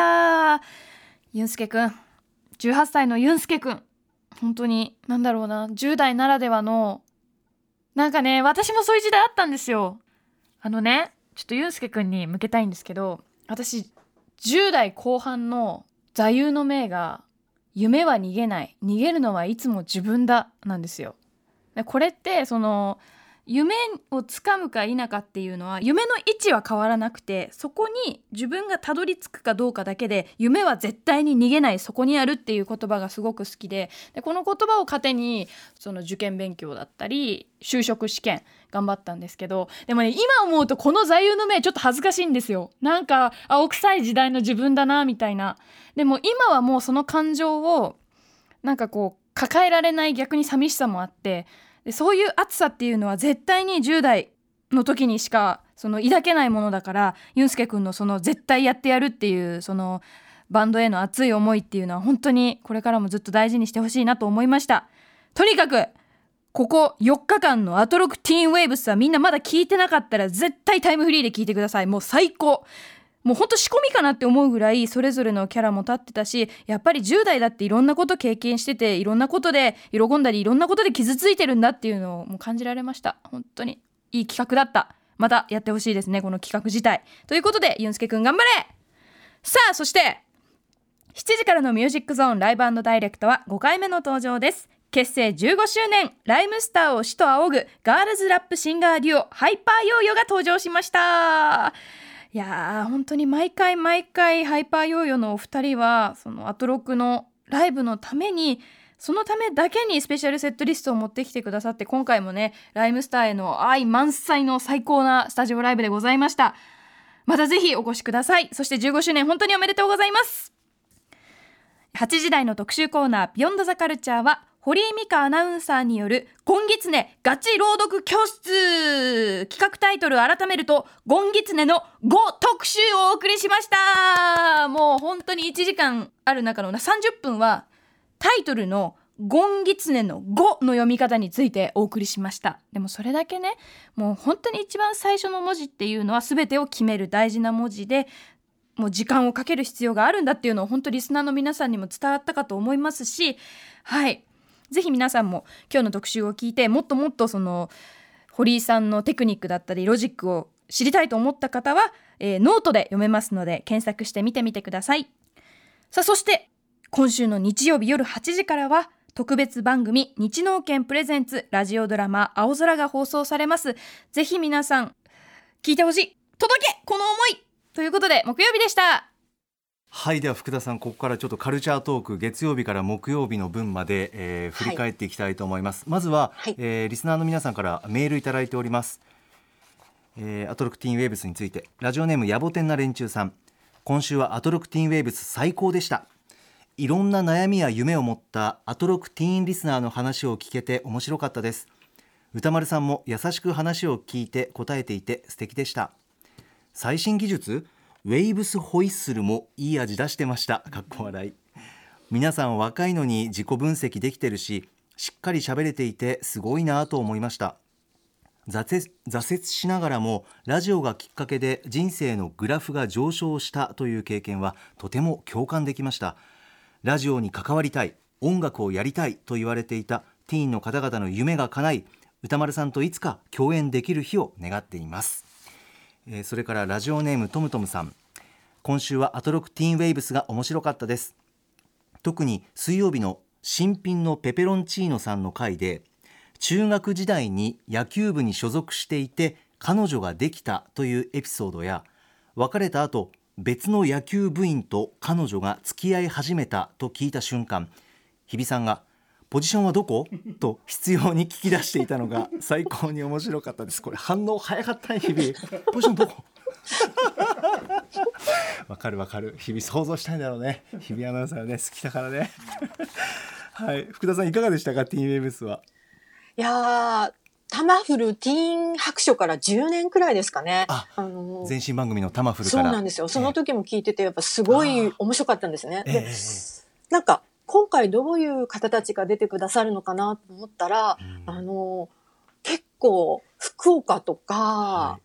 [SPEAKER 5] ユンスケくん、じゅうはっさいのユンスケくん、本当になんだろうな、じゅう代ならではのなんかね、私もそういう時代あったんですよ。あのね、ちょっとユンスケくんに向けたいんですけど、私じゅう代後半の座右の銘が夢は逃げない、逃げるのはいつも自分だなんですよ。これってその夢をつかむか否かっていうのは夢の位置は変わらなくて、そこに自分がたどり着くかどうかだけで、夢は絶対に逃げない、そこにあるっていう言葉がすごく好きで、でこの言葉を糧にその受験勉強だったり就職試験頑張ったんですけど、でもね、今思うとこの座右の銘ちょっと恥ずかしいんですよ。なんか青臭い時代の自分だなみたいな。でも今はもうその感情をなんかこう抱えられない逆に寂しさもあって、でそういう熱さっていうのは絶対にじゅう代の時にしかその抱けないものだから、ユンスケくんのその絶対やってやるっていうそのバンドへの熱い思いっていうのは本当にこれからもずっと大事にしてほしいなと思いました。とにかくここよっかかんのアトロクティーンウェーブスはみんなまだ聞いてなかったら絶対タイムフリーで聞いてください。もう最高、もうほんと仕込みかなって思うぐらいそれぞれのキャラも立ってたし、やっぱりじゅう代だっていろんなこと経験してて、いろんなことで喜んだりいろんなことで傷ついてるんだっていうのをもう感じられました。本当にいい企画だった。またやってほしいですね、この企画自体。ということでユンスケくん頑張れ。さあそしてしちじからのミュージックゾーンライブ&ダイレクトはごかいめの登場です。結成じゅうごしゅうねん、ライムスターを師と仰ぐガールズラップシンガーデュオハイパーヨーヨーが登場しました。いやー本当に毎回毎回ハイパーヨーヨーのお二人はそのアトロクのライブのために、そのためだけにスペシャルセットリストを持ってきてくださって、今回もねライムスターへの愛満載の最高なスタジオライブでございました。またぜひお越しください。そしてじゅうごしゅうねん本当におめでとうございます。はちじ台の特集コーナービヨンドザカルチャーは
[SPEAKER 7] 堀井美香アナウンサーによるゴンギツネガチ朗読教室、企画タイトルを改めるとゴンギツネの語特集をお送りしました。もう本当にいちじかんある中のさんじゅっぷんはタイトルのゴンギツネの語の読み方についてお送りしました。でもそれだけね、もう本当に一番最初の文字っていうのは全てを決める大事な文字で、もう時間をかける必要があるんだっていうのを本当リスナーの皆さんにも伝わったかと思いますし、はい、ぜひ皆さんも今日の特集を聞いてもっともっとその堀井さんのテクニックだったりロジックを知りたいと思った方は、えー、ノートで読めますので検索して見てみてください。さあ、そして今週の日曜日夜はちじからは特別番組日農研プレゼンツラジオドラマ青空が放送されます。ぜひ皆さん聞いてほしい、届けこの思いということで木曜日でした。
[SPEAKER 2] はい、では福田さん、ここからちょっとカルチャートーク月曜日から木曜日の分まで、えー、振り返っていきたいと思います、はい、まずは、はい、えー、リスナーの皆さんからメールいただいております、えー、アトロクティーンウェーブスについてラジオネームやぼてんな連中さん、今週はアトロクティーンウェーブス最高でした。いろんな悩みや夢を持ったアトロクティーンリスナーの話を聞けて面白かったです。歌丸さんも優しく話を聞いて答えていて素敵でした。最新技術ウェイブスホイッスルもいい味出してました。かっこ笑い。皆さん若いのに自己分析できてるし、しっかり喋れていてすごいなと思いました。挫折、挫折しながらもラジオがきっかけで人生のグラフが上昇したという経験はとても共感できました。ラジオに関わりたい、音楽をやりたいと言われていたティーンの方々の夢が叶い、歌丸さんといつか共演できる日を願っています。えー、それからラジオネームトムトムさん、今週はアトロクティーンウェイブスが面白かったです。特に水曜日の新品のペペロンチーノさんの回で、中学時代に野球部に所属していて彼女ができたというエピソードや、別れた後別の野球部員と彼女が付き合い始めたと聞いた瞬間、日比さんがポジションはどこ？と必要に聞き出していたのが最高に面白かったです。これ反応早かったね、日比。ポジションどこ？わかるわかる、日々想像したいんだろうね。日々アナウンサーはね、好きだからね。はい、福田さんいかがでしたか、ティーンウェイブスは。
[SPEAKER 3] いやー、タマフルティーン白書からじゅうねんくらいですかね。
[SPEAKER 2] あ、あのー、前身番組のタマフルから。
[SPEAKER 3] そうなんですよ。その時も聞いててやっぱすごい面白かったんですね。で、
[SPEAKER 2] えー、
[SPEAKER 3] なんか今回どういう方たちが出てくださるのかなと思ったら、うん、あのー、結構福岡とか、はい、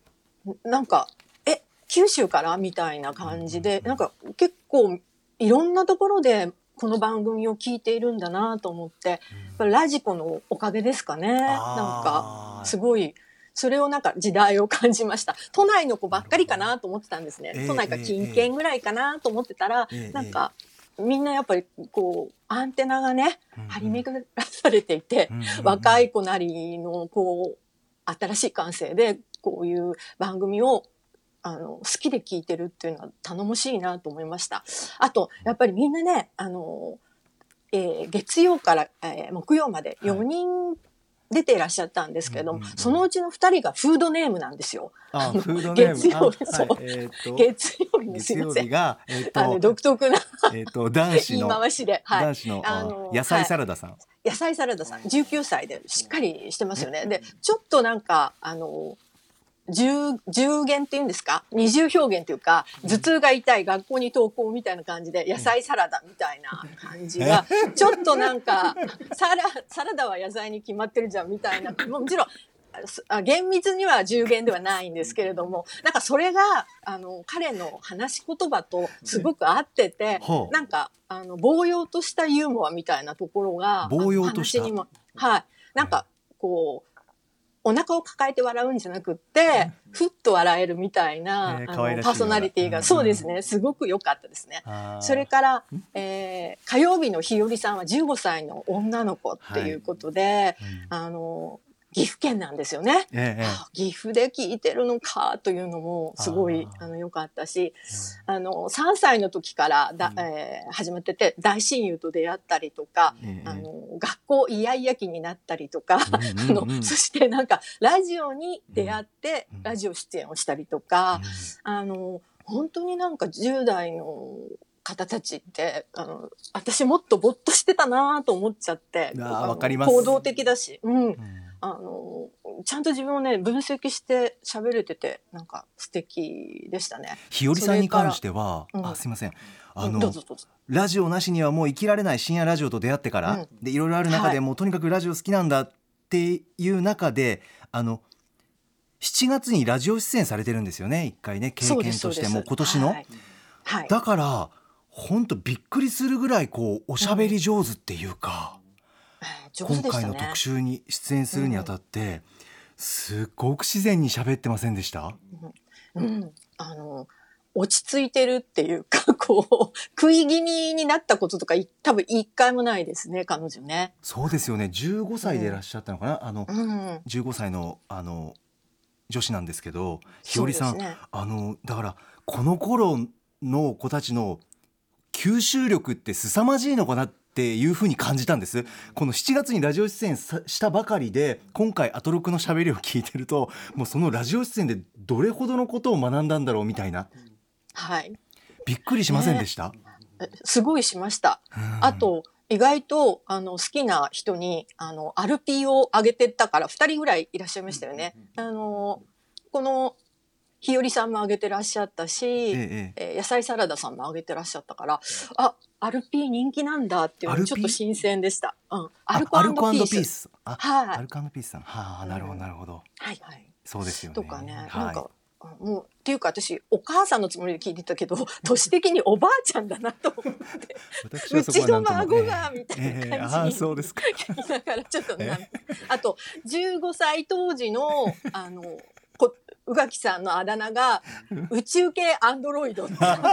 [SPEAKER 3] なんか九州からみたいな感じで、なんか結構いろんなところでこの番組を聞いているんだなと思って、やっぱりラジコのおかげですかね。なんかすごいそれをなんか時代を感じました。都内の子ばっかりかなと思ってたんですね。都内か近県ぐらいかなと思ってたら、なんかみんなやっぱりこうアンテナがね張り巡らされていて、若い子なりのこう新しい感性でこういう番組をあの好きで聞いてるっていうのは頼もしいなと思いました。あとやっぱりみんなね、あの、えー、月曜から、えー、木曜までよにん出ていらっしゃったんですけれども、うんうんうん、そのうちのふたりがフードネームなんですよ。
[SPEAKER 2] ああフードネーム、
[SPEAKER 3] 月曜日、そう、
[SPEAKER 2] はい、えー、
[SPEAKER 3] 月曜日のすいませんが、えー、とあの独特な
[SPEAKER 2] えーと男子の
[SPEAKER 3] 言い回しで、はい、
[SPEAKER 2] 男子のあの野菜サラダさん、はい、
[SPEAKER 3] 野菜サラダさんじゅうきゅうさいでしっかりしてますよね。でちょっとなんかあの重言っていうんですか、二重表現というか、頭痛が痛い、学校に登校みたいな感じで野菜サラダみたいな感じがちょっとなんかサラサラダは野菜に決まってるじゃんみたいな、もちろん厳密には重言ではないんですけれども、なんかそれがあの彼の話し言葉とすごく合ってて、なんかあの棒用としたユーモアみたいなところが
[SPEAKER 2] 棒用とした
[SPEAKER 3] 話にも、はい、なんかこうお腹を抱えて笑うんじゃなくって、ふっと笑えるみたいな、えー、あのパーソナリティが、うん、そうですね、すごく良かったですね。それから、えー、火曜日の日和さんはじゅうごさいの女の子っていうことで、はいうん、あの岐阜県なんですよね、ええ、岐阜で聞いてるのかというのもすごいあの良かったし、あのさんさいの時からだ、えー、始まってて大親友と出会ったりとか、ええ、あの学校イヤイヤ期になったりとか、うんうんうん、あのそしてなんかラジオに出会ってラジオ出演をしたりとか、うん、あの本当になんかじゅう代の方たちってあの私もっとぼっとしてたなと思っちゃって、
[SPEAKER 2] あわかります。
[SPEAKER 3] 行動的だし、うん、
[SPEAKER 2] うん、
[SPEAKER 3] あのちゃんと自分をね分析して喋れててなんか素敵でしたね。
[SPEAKER 2] 日和さんに関しては、うん、あすいませんあの、うん、どうぞどうぞ。ラジオなしにはもう生きられない深夜ラジオと出会ってから、うん、でいろいろある中で、はい、もうとにかくラジオ好きなんだっていう中であのしちがつにラジオ出演されてるんですよね、一回ね経験としてもう今年の、はいはい、だから本当びっくりするぐらいこうおしゃべり上手っていうか、うん、今回の特集に出演するにあたって、うん、すごく自然に喋ってませんでした？
[SPEAKER 3] うん、うん、あの落ち着いてるっていうかこう食い気味になったこととか多分一回もないですね彼女ね。
[SPEAKER 2] そうですよね、じゅうごさいでいらっしゃったのかな、うん、あの、うん、じゅうごさいのあの女子なんですけど、日和さん、ね、あのだからこの頃の子たちの吸収力って凄まじいのかなっていう風に感じたんです。このしちがつにラジオ出演したばかりで今回アトロクのしゃべりを聞いてるともうそのラジオ出演でどれほどのことを学んだんだろうみたいな、
[SPEAKER 3] はい、
[SPEAKER 2] びっくりしませんでした？
[SPEAKER 3] ね、すごいしました。あと意外とあの好きな人にあのアルピーをあげてたからふたりぐらいいらっしゃいましたよね。あのこの日和さんもあげてらっしゃったし、えええー、野菜サラダさんもあげてらっしゃったからあアルピー人気なんだっていうのちょっと新鮮でした。うん、アルコ&ピース。
[SPEAKER 2] あ、はい、アルコ&ピースさん、はあ、なるほどなるほど。
[SPEAKER 3] はいはい。
[SPEAKER 2] そうですよね。
[SPEAKER 3] とかね、
[SPEAKER 2] はい、
[SPEAKER 3] なんかもうっていうか私お母さんのつもりで聞いてたけど年的におばあちゃんだなと思ってうちの孫がみたいな感じに、えーえー、あそうですか聞きながらちょっとなんあとじゅうごさい当時のあのこ宇垣さんのあだ名が宇宙系アンドロイド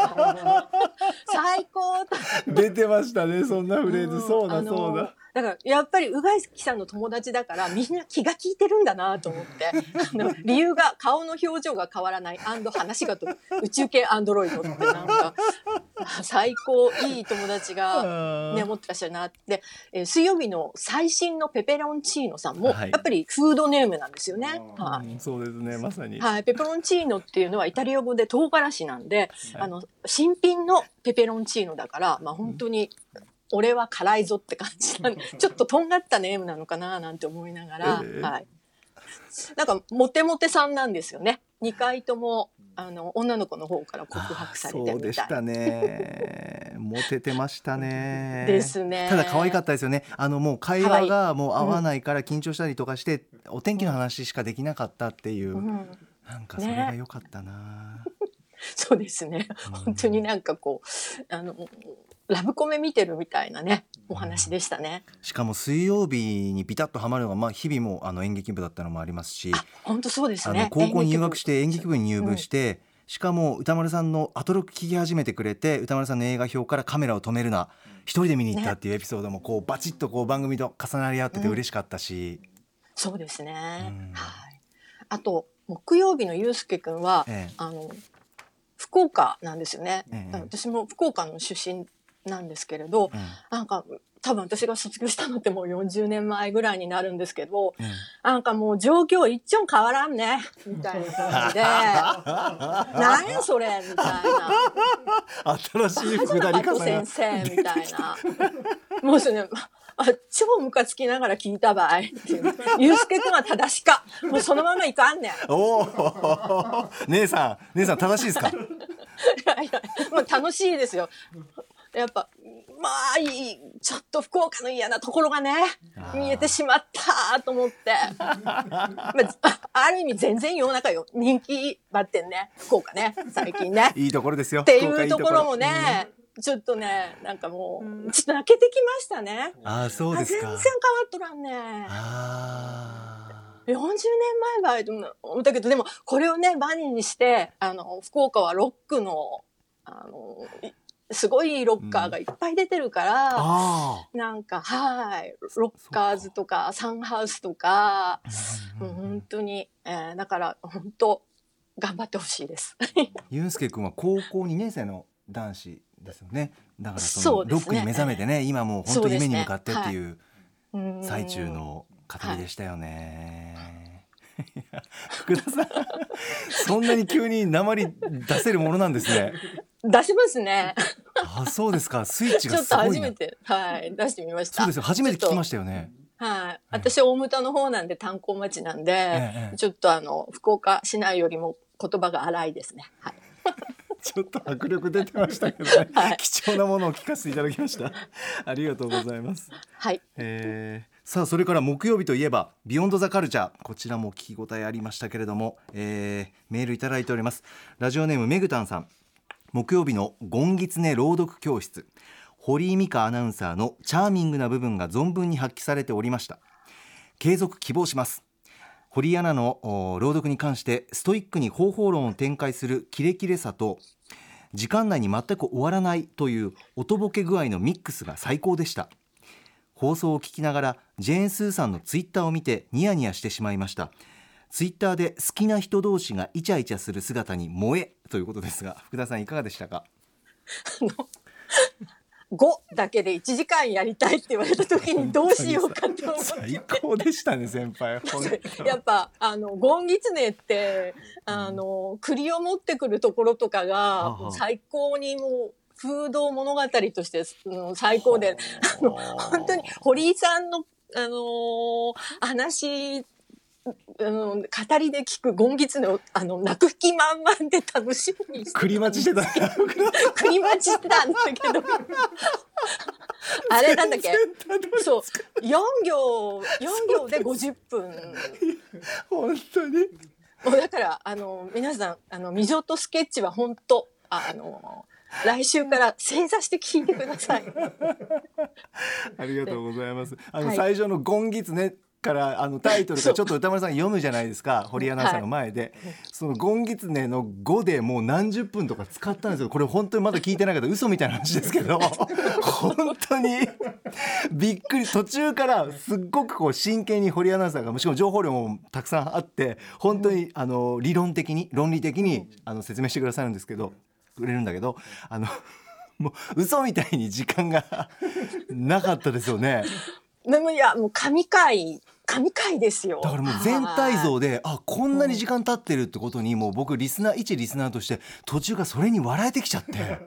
[SPEAKER 3] 最高
[SPEAKER 2] 出てましたねそんなフレーズ、うん、そうだそうだ。
[SPEAKER 3] だからやっぱり宇垣さんの友達だからみんな気が利いてるんだなと思ってあの理由が顔の表情が変わらない話がと宇宙系アンドロイドってなんか最高いい友達が、ね、持ってらっしゃるなって、えー、水曜日の最新のペペロンチーノさんも、はい、やっぱりフードネームなんですよね、はい、
[SPEAKER 2] そうですねまさに、
[SPEAKER 3] はい、ペペロンチーノっていうのはイタリア語で唐辛子なんで、はい、あの新品のペペロンチーノだから、まあ、本当に、うん俺は辛いぞって感じなんでちょっととんがったネームなのかななんて思いながら、えーはい、なんかモテモテさんなんですよね。にかいともあの女の子の方から告白されてみたい。
[SPEAKER 2] そうでしたねモテてましたね
[SPEAKER 3] ですね。
[SPEAKER 2] ただ可愛かったですよね。あのもう会話がもう合わないから緊張したりとかして、うん、お天気の話しかできなかったっていう、うん、なんかそれが良かったな、ね、
[SPEAKER 3] そうですね、うん、本当になんかこうあのラブコメ見てるみたいなねお話でしたね。
[SPEAKER 2] しかも水曜日にビタッとハマるのが、まあ、日々もあの演劇部だったのもありますし、
[SPEAKER 3] 本当そうですね。あの
[SPEAKER 2] 高校に入学して演劇部に入部して、うん、しかも歌丸さんのアトロク聞き始めてくれて歌丸さんの映画表からカメラを止めるな一人で見に行ったっていうエピソードもこうバチッとこう番組と重なり合ってて嬉しかったし、うん、
[SPEAKER 3] そうですね、うんはい、あと木曜日のゆうすけくんは、ええ、あの福岡なんですよね、ええ、私も福岡の出身なんですけれど、うん、なんか多分私が卒業したのってもうよんじゅうねんまえぐらいになるんですけど、うん、なんかもう状況一丁変わらんねみたいな感じでなんやそれみたいな
[SPEAKER 2] 新しいくだり方
[SPEAKER 3] 先生みたいなもうそれ、ね、あ超ムカつきながら聞いた場合っていうゆうすけくんは正しかもうそのままいかんねん
[SPEAKER 2] おお姉さん姉さん正しいですかい
[SPEAKER 3] やいやもう楽しいですよやっぱまあいいちょっと福岡の嫌なところがね見えてしまったと思って、まあ、ある意味全然世の中よ人気ばってんね福岡ね最近ね
[SPEAKER 2] いいところですよ
[SPEAKER 3] っていうところもね、うん、ちょっとねなんかもうちょっと泣けてきましたね。
[SPEAKER 2] あそうですか。
[SPEAKER 3] 全然変わっとらんね。あよんじゅうねんまえば思ったけどでもこれをねバネにしてあの福岡はロックのあのすごいロッカーがいっぱい出てるから、うん、なんかはいロッカーズとかサンハウスとか、もう本当に、えー、だから本当頑張ってほしいです
[SPEAKER 2] ゆうすけくんは高校にねん生の男子ですよね。だからそのロックに目覚めてね今もう本当に夢に向かってっていう最中の語りでしたよね、はい、福田さんそんなに急に訛り出せるものなんですね。
[SPEAKER 3] 出しますね
[SPEAKER 2] あ、そうですか。スイッチが
[SPEAKER 3] ちょっと
[SPEAKER 2] すごいな。
[SPEAKER 3] 初めて、はい、出してみました。
[SPEAKER 2] そうですよ、初めて聞きましたよね。
[SPEAKER 3] はい、私大牟田の方なんで炭鉱町なんで、
[SPEAKER 2] ええ、
[SPEAKER 3] ちょっとあの福岡市内よりも言葉が荒いですね。はい。
[SPEAKER 2] ちょっと迫力出てましたけどね、
[SPEAKER 3] はい、
[SPEAKER 2] 貴重なものを聞かせていただきました。ありがとうございます。
[SPEAKER 3] はい。
[SPEAKER 2] えー、さあそれから木曜日といえばビヨンドザカルチャー、こちらも聞き応えありましたけれども、えー、メールいただいております。ラジオネームメグタンさん。木曜日のゴンギツネ朗読教室、堀井美香アナウンサーのチャーミングな部分が存分に発揮されておりました。継続希望します。堀井アナの朗読に関してストイックに方法論を展開するキレキレさと、時間内に全く終わらないというおとぼけ具合のミックスが最高でした。放送を聞きながらジェーン・スーさんのツイッターを見てニヤニヤしてしまいました。ツイッターで好きな人同士がイチャイチャする姿に萌えということですが、福田さんいかがでしたか？
[SPEAKER 3] あのごだけでいちじかんやりたいって言われた時にどうしようかと思って
[SPEAKER 2] 最高でしたね先輩。
[SPEAKER 3] やっぱあのゴンギツネってあの栗を持ってくるところとかが最高にもう風土物語として最高で、あの本当に堀井さんのあのー、話あの語りで聞くゴンギツネをあの泣く気満々で楽しみにして
[SPEAKER 2] 栗待ちしてた
[SPEAKER 3] 栗待ちしてたんだけどあれなんだっけ、そうよん行よん行でごじゅっぷん
[SPEAKER 2] 本当に
[SPEAKER 3] もうだからあの皆さんあのミジョとスケッチは本当あの来週から正座して聞いてください
[SPEAKER 2] ありがとうございます。あの、
[SPEAKER 3] はい、
[SPEAKER 2] 最初のゴンギツネからあのタイトルがちょっと歌丸さん読むじゃないですか、堀アナウンサーの前で、はい、そのゴンギツネのごでもう何十分とか使ったんですよ。これ本当にまだ聞いてない方嘘みたいな話ですけど本当にびっくり、途中からすっごくこう真剣に堀アナウンサーが、しかも情報量もたくさんあって本当にあの理論的に論理的にあの説明してくださるんですけどくれるんだけど、あのもう嘘みたいに時間がなかったですよね。
[SPEAKER 3] でもいやもう神回神回ですよ。
[SPEAKER 2] だからもう全体像であこんなに時間経ってるってことに、もう僕リスナー一リスナーとして途中からそれに笑えてきちゃって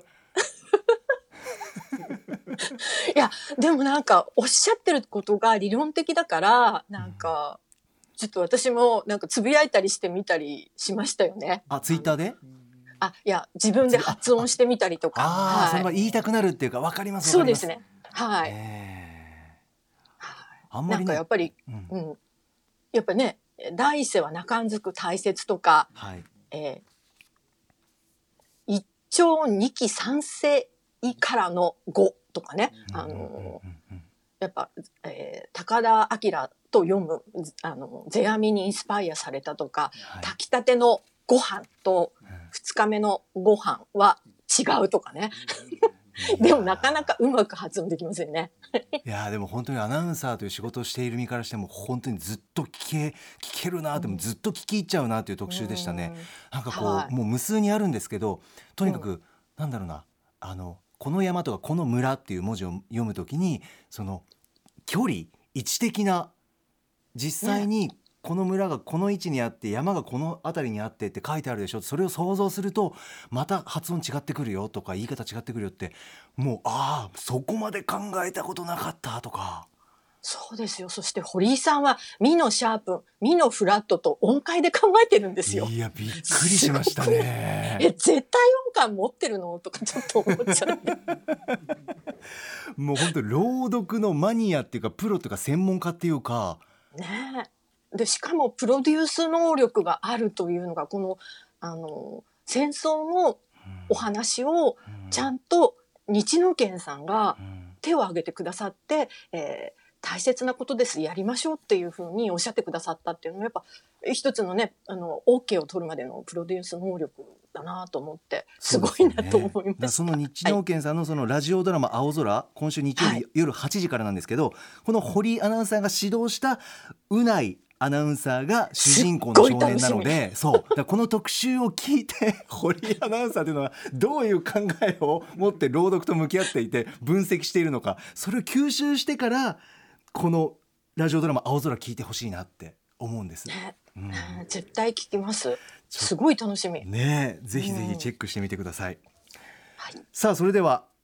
[SPEAKER 3] いやでもなんかおっしゃってることが理論的だからなんか、うん、ちょっと私もなんかつぶやいたりしてみたりしましたよね。
[SPEAKER 2] あツイッターで
[SPEAKER 3] あいや自分で発音してみたりとか、
[SPEAKER 2] あ、はい、それは言いたくなるっていうか分かります。そう
[SPEAKER 3] ですね、はい、えー、あんまり、ね、なんかやっぱり、うんうん、やっぱね第一声は鳴かんずく大切とか、はいえー、一朝二期三世からの語とかね、うん、あの、うん、やっぱ、えー、高田明と読むあの世阿弥にインスパイアされたとか、はい、炊きたてのご飯とふつかめのご飯は違うとかねでもなかなかうまく発音できませんね
[SPEAKER 2] いやでも本当にアナウンサーという仕事をしている身からしても本当にずっと聞け、聞けるなってもずっと聞き入っちゃうなという特集でしたね。なんかこう、はい、もう無数にあるんですけどとにかく、うん、なんだろうなあのこの山とかこの村っていう文字を読むときにその距離位置的な実際に、ねこの村がこの位置にあって山がこの辺りにあってって書いてあるでしょ、それを想像するとまた発音違ってくるよとか言い方違ってくるよって、もうああそこまで考えたことなかったとか。
[SPEAKER 3] そうですよ。そして堀井さんはミのシャープミのフラットと音階で考えてるんですよ。
[SPEAKER 2] いやびっくりしましたね
[SPEAKER 3] え絶対音感持ってるのとかちょっと思っちゃ
[SPEAKER 2] うもう本当朗読のマニアっていうかプロというか専門家っていうか
[SPEAKER 3] ねえでしかもプロデュース能力があるというのがこの、あの戦争のお話をちゃんと日野県さんが手を挙げてくださって、えー、大切なことですやりましょうっていうふうにおっしゃってくださったっていうのもやっぱ一つのねあの OK を取るまでのプロデュース能力だなと思ってすごいなと思いました。
[SPEAKER 2] その日能県さんのそのラジオドラマ青空、今週日曜日夜はちじからなんですけど、この堀井アナウンサーが指導したうないアナウンサーが主人公の少年なので、そうだこの特集を聞いて堀井アナウンサーというのはどういう考えを持って朗読と向き合っていて分析しているのか、それを吸収してからこのラジオドラマ青空聞いてほしいなって思うんです、ね
[SPEAKER 3] うん、絶対聞きます。すごい楽しみ
[SPEAKER 2] ねえ、ぜひぜひチェックしてみてください、うんはい、さあそれでは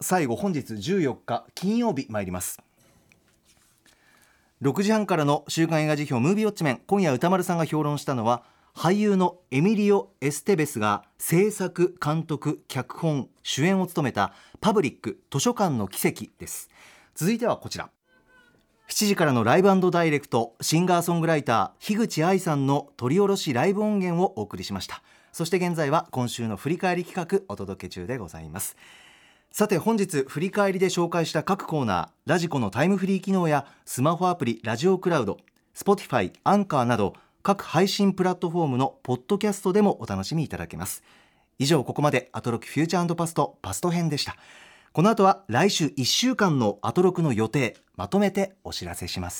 [SPEAKER 2] 最後本日じゅうよっか金曜日参ります。ろくじはんからの週刊映画辞表ムービーウォッチメン、今夜歌丸さんが評論したのは俳優のエミリオ・エステベスが制作監督脚本主演を務めたパブリック図書館の奇跡です。続いてはこちら、しちじからのライブ&ダイレクト、シンガーソングライター樋口愛さんの取り下ろしライブ音源をお送りしました。そして現在は今週の振り返り企画お届け中でございます。さて本日振り返りで紹介した各コーナー、ラジコのタイムフリー機能やスマホアプリラジオクラウド、Spotify、アンカーなど各配信プラットフォームのポッドキャストでもお楽しみいただけます。以上、ここまでアトロクフューチャー&パストパスト編でした。この後は来週いっしゅうかんのアトロクの予定、まとめてお知らせします。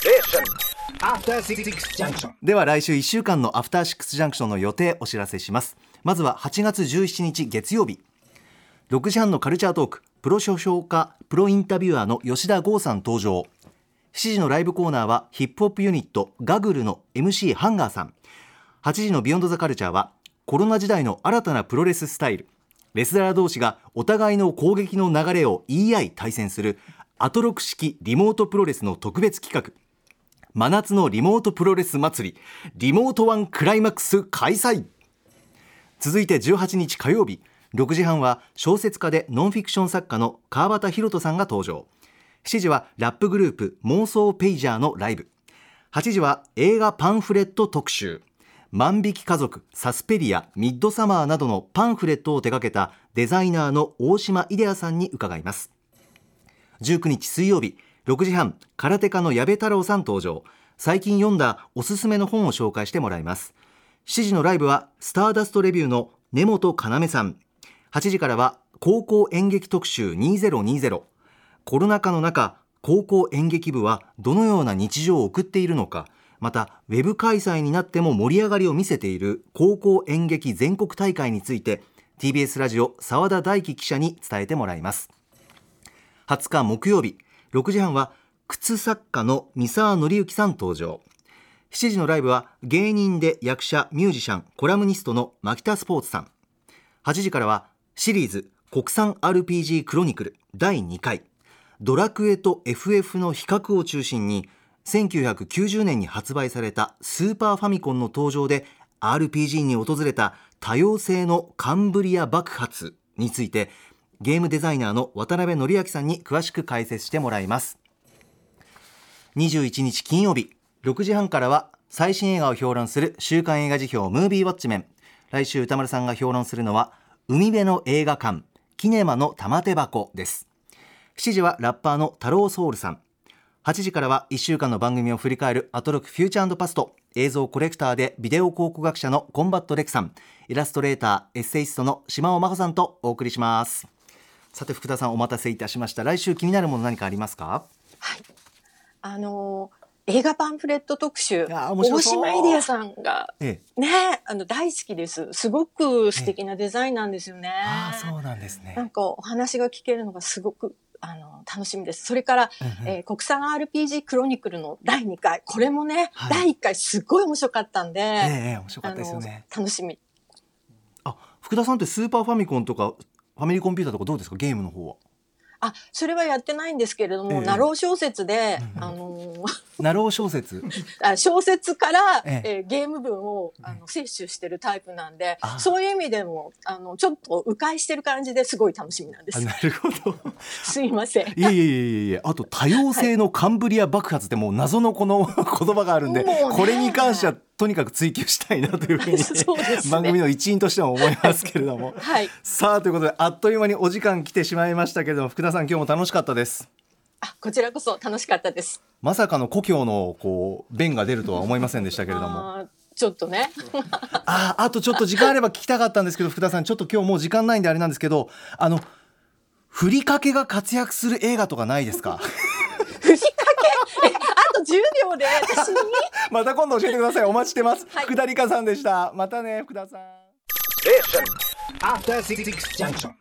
[SPEAKER 2] では来週いっしゅうかんのアフターシックスジャンクションの予定お知らせします。まずははちがつじゅうしちにち月曜日、ろくじはんのカルチャートーク、プロ書評家プロインタビュアーの吉田剛さん登場。しちじのライブコーナーはヒップホップユニットガグルの エムシー ハンガーさん。はちじのビヨンドザカルチャーはコロナ時代の新たなプロレススタイル、レスラー同士がお互いの攻撃の流れを言い合い対戦するアトロク式リモートプロレスの特別企画、真夏のリモートプロレス祭りリモートワンクライマックス開催。続いてじゅうはちにち火曜日、ろくじはんは小説家でノンフィクション作家の川端博人さんが登場。しちじはラップグループ妄想ペイジャーのライブ。はちじは映画パンフレット特集、万引き家族、サスペリア、ミッドサマーなどのパンフレットを手掛けたデザイナーの大島イデアさんに伺います。じゅうくにち水曜日、ろくじはん空手家の矢部太郎さん登場。最近読んだおすすめの本を紹介してもらいます。しちじのライブはスターダストレビューの根本要さん。はちじからは高校演劇特集にせんにじゅう。コロナ禍の中、高校演劇部はどのような日常を送っているのか、またウェブ開催になっても盛り上がりを見せている高校演劇全国大会について ティービーエス ラジオ澤田大樹記者に伝えてもらいます。はつか木曜日、ろくじはんは靴作家の三沢紀之さん登場。しちじのライブは芸人で役者、ミュージシャン、コラムニストの牧田スポーツさん。はちじからはシリーズ国産 アールピージー クロニクルだいにかい、ドラクエと エフエフ の比較を中心にせんきゅうひゃくきゅうじゅうねんに発売されたスーパーファミコンの登場で アールピージー に訪れた多様性のカンブリア爆発についてゲームデザイナーの渡辺則明さんに詳しく解説してもらいます。にじゅういちにち金曜日、ろくじはんからは最新映画を評論する週刊映画辞表ムービーウォッチメン。来週歌丸さんが評論するのは海辺の映画館キネマの玉手箱です。しちじはラッパーの太郎ソウルさん。はちじからはいっしゅうかんの番組を振り返るアトロクフューチャー&パスト、映像コレクターでビデオ考古学者のコンバットレクさん、イラストレーターエッセイストの島尾真帆さんとお送りします。さて福田さん、お待たせいたしました。来週気になるもの何かありますか？
[SPEAKER 3] はい、あのー映画パンフレット特集、大島イデアさんが、ええ、ね、あの大好きです。すごく素敵なデザインなんですよね。ええ、あ、そうなんですね。なんかお話が聞けるのがすごくあの楽しみです。それから、うんうん、えー、国産 アールピージー クロニクルのだいにかい、これもね、はい、だいいっかいすごい面白かったんで、ええ、面白かったですよね。楽しみ。
[SPEAKER 2] あ、福田さんってスーパーファミコンとかファミリーコンピューターとかどうですか？ゲームの方は。
[SPEAKER 3] あ、それはやってないんですけれども、ええ、ナロー小説で、うん、あのー、
[SPEAKER 2] ナロー小説
[SPEAKER 3] あ小説から、えええー、ゲーム文をあの摂取してるタイプなんで、そういう意味でもあのちょっと迂回してる感じですごい楽しみなんです。
[SPEAKER 2] なるほど
[SPEAKER 3] すいません。
[SPEAKER 2] いやいやいやいや、あと多様性のカンブリア爆発ってもう謎のこの言葉があるんで、これに関してはとにかく追求したいなというふうにね、番組の一員としては思いますけれども、はい、さあということであっという間にお時間来てしまいましたけれども、福田さん今日も楽しかったです。
[SPEAKER 3] あ、こちらこそ楽しかったです。
[SPEAKER 2] まさかの故郷のこう弁が出るとは思いませんでしたけれども、
[SPEAKER 3] あちょっとね
[SPEAKER 2] あ, あとちょっと時間あれば聞きたかったんですけど、福田さんちょっと今日もう時間ないんであれなんですけど、あのふりかけが活躍する映画とかないですか？
[SPEAKER 3] ふりかけえあとじゅうびょうで私に
[SPEAKER 2] また今度教えてください。お待ちしてます、はい、福田理香さんでした。またね福田さん。